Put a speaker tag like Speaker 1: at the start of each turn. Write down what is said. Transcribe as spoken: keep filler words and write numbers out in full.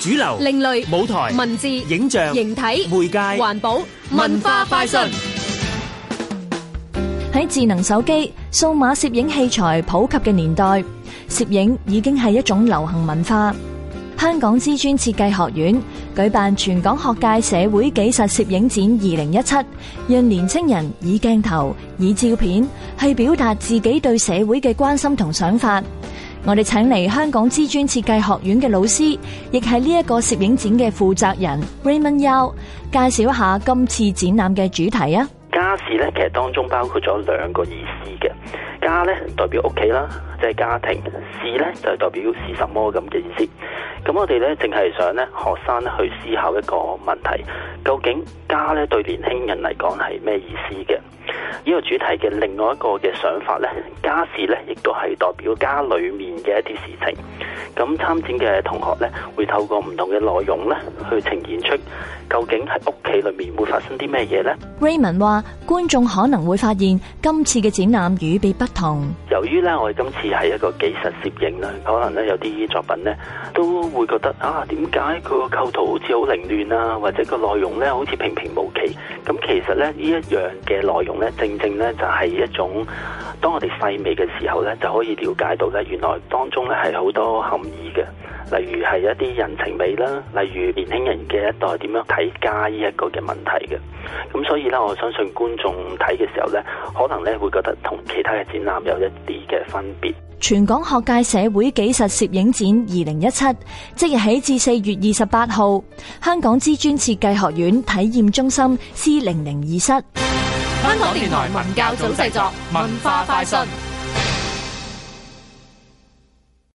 Speaker 1: 主流、
Speaker 2: 另類、
Speaker 1: 舞台、
Speaker 2: 文字、
Speaker 1: 影像、
Speaker 2: 形體、
Speaker 1: 媒介、
Speaker 2: 環保、文化快訊。
Speaker 3: 喺智能手機、數碼攝影器材普及嘅年代，攝影已經係一種流行文化。香港知專設計學院舉辦全港學界社會紀實攝影展二零一七，讓年青人以鏡頭、以照片去表達自己對社會嘅關心同想法。我哋請嚟香港知專設計學院嘅老師，亦係呢一個攝影展嘅負責人 Raymond Yao， 介紹一下今次展覽嘅主題啊。
Speaker 4: 家事咧，其實當中包括咗兩個意思嘅。家咧代表屋企啦，即係家庭；事咧就係代表是什麼咁嘅意思。咁我哋咧淨係想咧學生咧去思考一個問題：究竟家咧對年輕人嚟講係咩意思嘅？呢個主題嘅另外一個嘅想法咧，家事咧亦都係代表家裏面嘅一啲事情。咁參展嘅同學咧，會透過唔同嘅內容咧，去呈現出究竟喺屋企裏面會發生啲咩嘢呢？
Speaker 3: Raymond 話，觀眾可能會發現今次嘅展覽與別不同。
Speaker 4: 由於咧，我哋今次係一個紀實攝影啦，可能咧有啲作品咧都會覺得啊，點解佢個構圖好似好凌亂啊，或者個內容咧好似平平無奇。咁其實咧呢一樣嘅內容咧，正正咧就係一種當我哋細微嘅時候咧，就可以了解到咧，原來當中咧係好多含義嘅。例如係一啲人情味啦，例如年輕人嘅一代點樣睇家呢一個嘅問題嘅。咁所以咧，我相信觀眾睇嘅時候咧，可能咧會覺得同其他嘅展覽有一啲嘅分別。
Speaker 3: 全港學界社會紀實攝影展二零一七即日起至四月二十八號，香港知專設計學院體驗中心 C 零零二室。
Speaker 2: 香港電台文教組製作，文化快訊。